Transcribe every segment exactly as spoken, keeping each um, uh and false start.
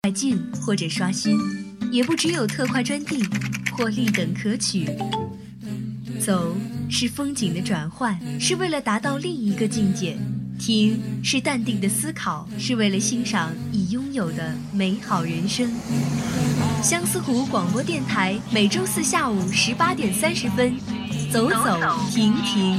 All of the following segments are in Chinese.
快进或者刷新，也不只有特快专递或立等可取。走是风景的转换，是为了达到另一个境界；停是淡定的思考，是为了欣赏已拥有的美好人生。相思湖广播电台每周四下午十八点三十分，走走停停。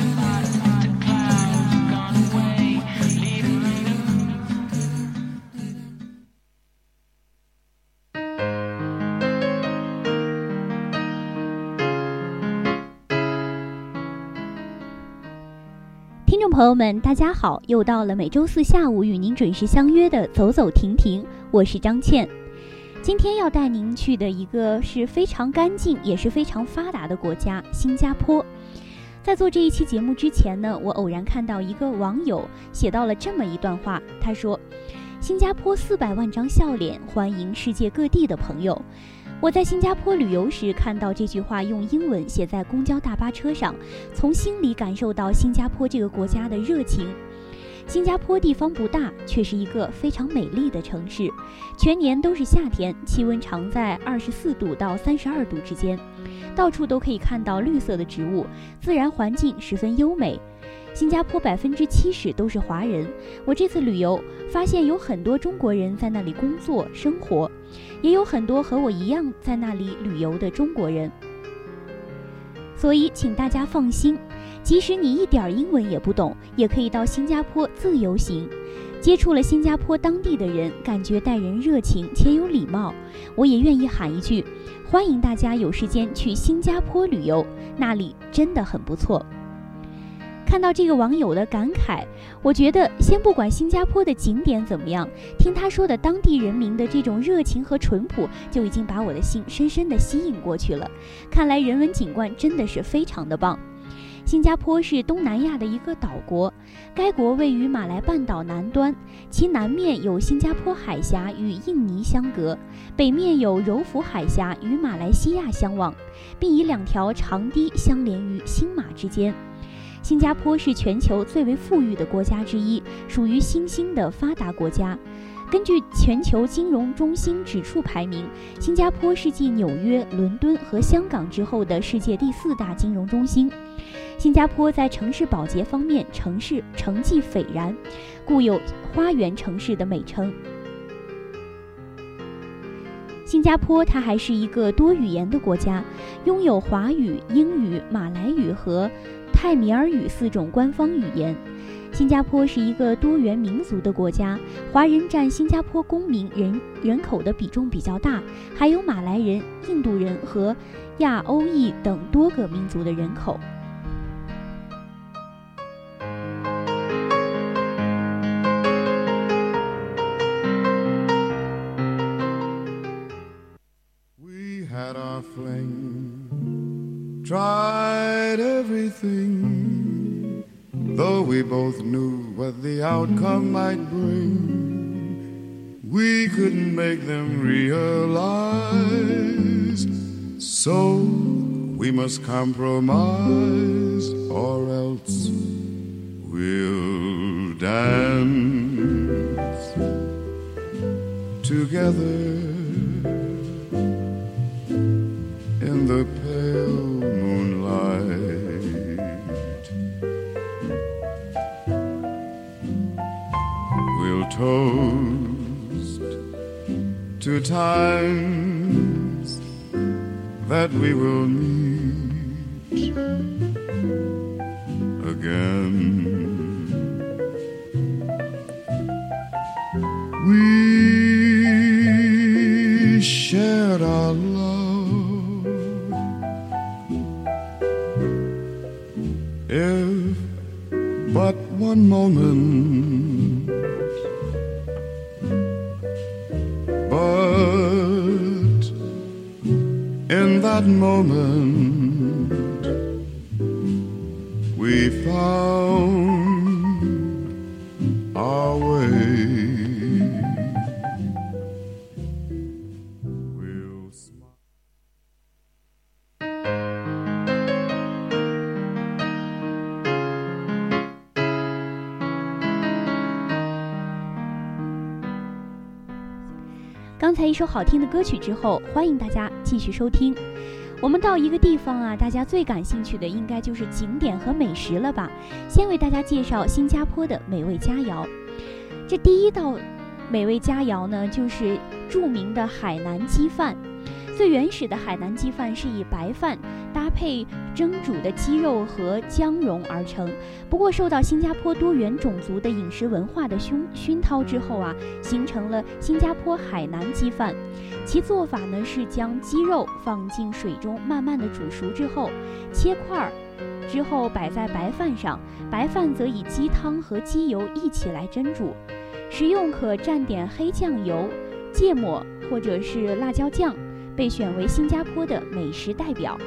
听众朋友们大家好，又到了每周四下午与您准时相约的走走停停，我是张倩。今天要带您去的一个是非常干净也是非常发达的国家，新加坡。在做这一期节目之前呢，我偶然看到一个网友写到了这么一段话，他说：新加坡四百万张笑脸，欢迎世界各地的朋友。我在新加坡旅游时看到这句话用英文写在公交大巴车上，从心里感受到新加坡这个国家的热情。新加坡地方不大，却是一个非常美丽的城市，全年都是夏天，气温常在二十四度到三十二度之间，到处都可以看到绿色的植物，自然环境十分优美。新加坡百分之七十都是华人，我这次旅游发现有很多中国人在那里工作生活，也有很多和我一样在那里旅游的中国人。所以请大家放心，即使你一点英文也不懂，也可以到新加坡自由行。接触了新加坡当地的人，感觉待人热情且有礼貌，我也愿意喊一句，欢迎大家有时间去新加坡旅游，那里真的很不错。看到这个网友的感慨，我觉得先不管新加坡的景点怎么样，听他说的当地人民的这种热情和淳朴，就已经把我的心深深地吸引过去了。看来人文景观真的是非常的棒。新加坡是东南亚的一个岛国，该国位于马来半岛南端，其南面有新加坡海峡与印尼相隔，北面有柔佛海峡与马来西亚相望，并以两条长堤相连于新马之间。新加坡是全球最为富裕的国家之一，属于新兴的发达国家。根据全球金融中心指数排名，新加坡是继纽约、伦敦和香港之后的世界第四大金融中心。新加坡在城市保洁方面城市成绩斐然，故有花园城市的美称。新加坡它还是一个多语言的国家，拥有华语、英语、马来语和泰米尔语四种官方语言。新加坡是一个多元民族的国家，华人占新加坡公民人人口的比重比较大，还有马来人、印度人和亚欧裔等多个民族的人口。 Tried everything, though we both knew what the outcome might bring. We couldn't make them realize, so we must compromise, or else we'll dance together in the pale moonlight. We'll toast to times that we will meet again. We shared our love, if but one moment, but in that moment we found our way. We'll smile. 刚才一首好听的歌曲之后，欢迎大家继续收听。我们到一个地方啊，大家最感兴趣的应该就是景点和美食了吧？先为大家介绍新加坡的美味佳肴。这第一道美味佳肴呢，就是著名的海南鸡饭。最原始的海南鸡饭是以白饭搭配蒸煮的鸡肉和姜蓉而成，不过受到新加坡多元种族的饮食文化的熏熏陶之后啊，形成了新加坡海南鸡饭。其做法呢是将鸡肉放进水中慢慢的煮熟之后，切块之后摆在白饭上，白饭则以鸡汤和鸡油一起来蒸煮，食用可蘸点黑酱油、芥末或者是辣椒酱，被选为新加坡的美食代表。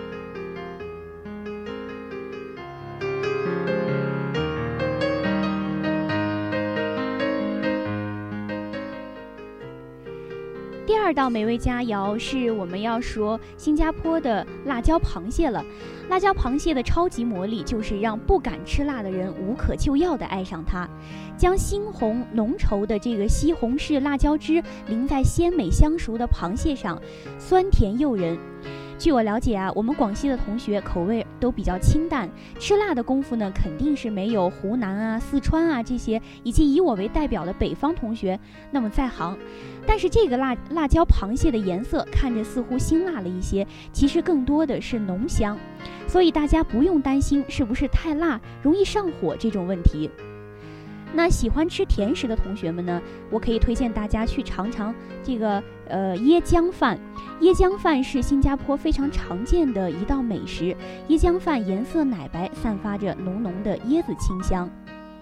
第二道美味佳肴是我们要说新加坡的辣椒螃蟹了。辣椒螃蟹的超级魔力就是让不敢吃辣的人无可救药地爱上它，将猩红浓稠的这个西红柿辣椒汁淋在鲜美香熟的螃蟹上，酸甜诱人。据我了解啊，我们广西的同学口味都比较清淡，吃辣的功夫呢肯定是没有湖南啊、四川啊这些以及以我为代表的北方同学那么在行。但是这个辣辣椒螃蟹的颜色看着似乎辛辣了一些，其实更多的是浓香，所以大家不用担心是不是太辣容易上火这种问题。那喜欢吃甜食的同学们呢，我可以推荐大家去尝尝这个呃椰浆饭。椰浆饭是新加坡非常常见的一道美食，椰浆饭颜色奶白，散发着浓浓的椰子清香。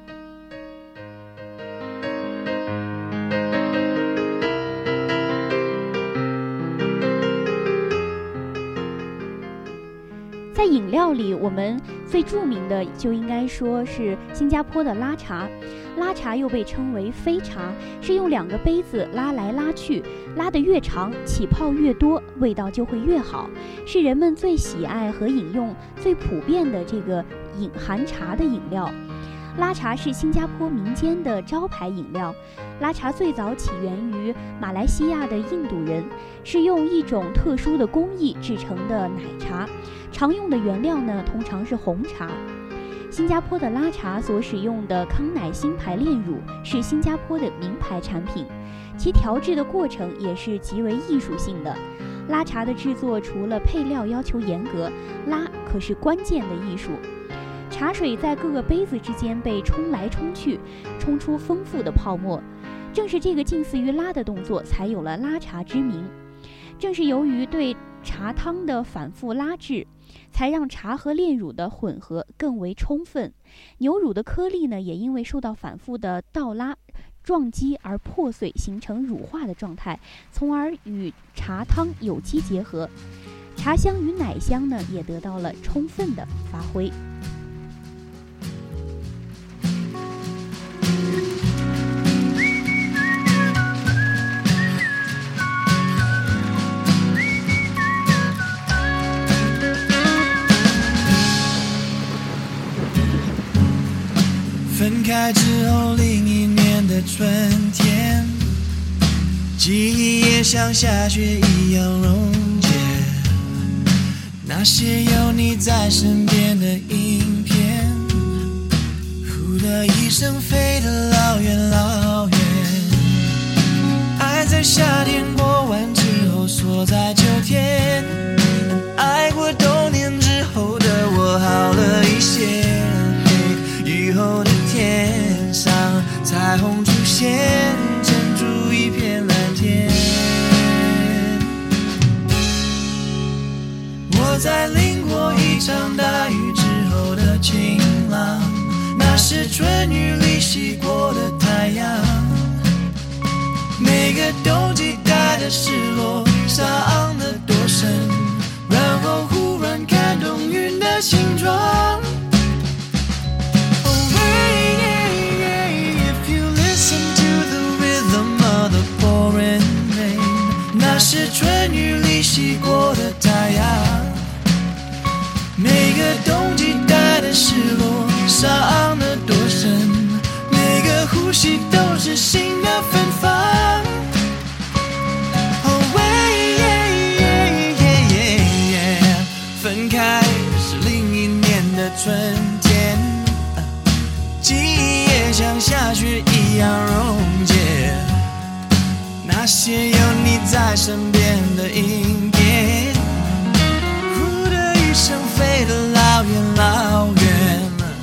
在饮料里，我们最著名的就应该说是新加坡的拉茶。拉茶又被称为飞茶，是用两个杯子拉来拉去，拉得越长，起泡越多，味道就会越好，是人们最喜爱和饮用最普遍的这个饮含茶的饮料。拉茶是新加坡民间的招牌饮料。拉茶最早起源于马来西亚的印度人，是用一种特殊的工艺制成的奶茶，常用的原料呢通常是红茶。新加坡的拉茶所使用的康乃馨排炼乳是新加坡的名牌产品，其调制的过程也是极为艺术性的。拉茶的制作除了配料要求严格，拉可是关键的艺术。茶水在各个杯子之间被冲来冲去，冲出丰富的泡沫。正是这个近似于拉的动作，才有了拉茶之名。正是由于对茶汤的反复拉制，才让茶和炼乳的混合更为充分。牛乳的颗粒呢，也因为受到反复的倒拉、撞击而破碎，形成乳化的状态，从而与茶汤有机结合。茶香与奶香呢，也得到了充分的发挥。 分开之后另一年的春天，记忆也像下雪一样溶解，那些有你在身边的影片，呼的一声飞得老远老远。爱在夏天过完之后锁在秋天，爱过冬年之后的我好了一些，雨后的天上彩虹出现，撑出一片蓝天。我在淋过一场大雨之后的晴朗，那是春雨里洗过的太阳。每个冬季带的失落伤得多深，然后忽然看懂云的形状。那是春雨里洗过的太阳，每个冬季带的失落伤得多深，每个呼吸都是新的芬芳。 些有你在身边的阴天，呼的一声飞得老远老远。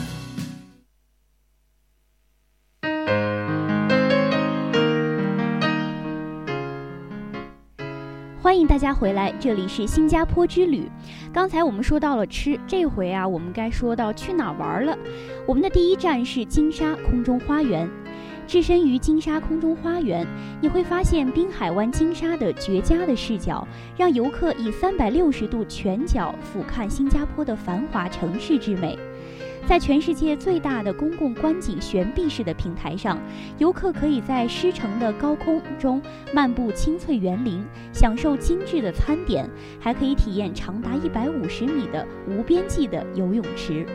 欢迎大家回来，这里是新加坡之旅。刚才我们说到了吃，这回啊，我们该说到去哪玩了。我们的第一站是金沙空中花园。置身于金沙空中花园，你会发现滨海湾金沙的绝佳的视角，让游客以三百六十度全角俯瞰新加坡的繁华城市之美。在全世界最大的公共观景悬臂式的平台上，游客可以在狮城的高空中漫步青翠园林，享受精致的餐点，还可以体验长达一百五十米的无边际的游泳池。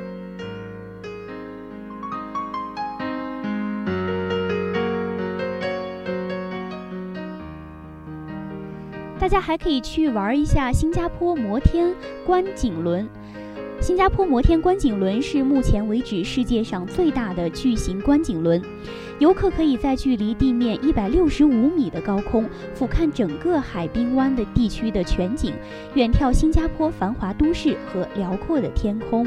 大家还可以去玩一下新加坡摩天观景轮。新加坡摩天观景轮是目前为止世界上最大的巨型观景轮，游客可以在距离地面一百六十五米的高空俯瞰整个海滨湾的地区的全景，远眺新加坡繁华都市和辽阔的天空。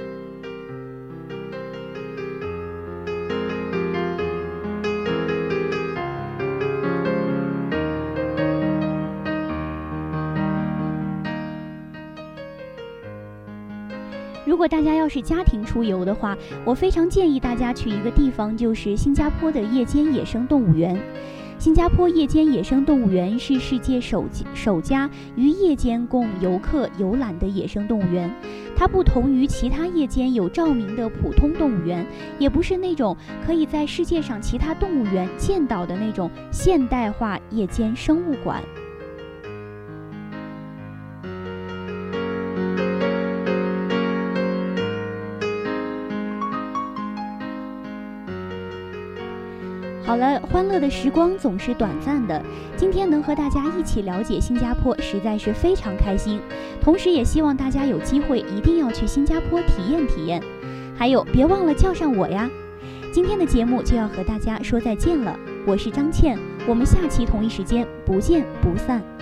如果大家要是家庭出游的话，我非常建议大家去一个地方，就是新加坡的夜间野生动物园。新加坡夜间野生动物园是世界首首家于夜间供游客游览的野生动物园。它不同于其他夜间有照明的普通动物园，也不是那种可以在世界上其他动物园见到的那种现代化夜间生物馆。好了，欢乐的时光总是短暂的，今天能和大家一起了解新加坡实在是非常开心，同时也希望大家有机会一定要去新加坡体验体验，还有别忘了叫上我呀。今天的节目就要和大家说再见了，我是张倩，我们下期同一时间不见不散。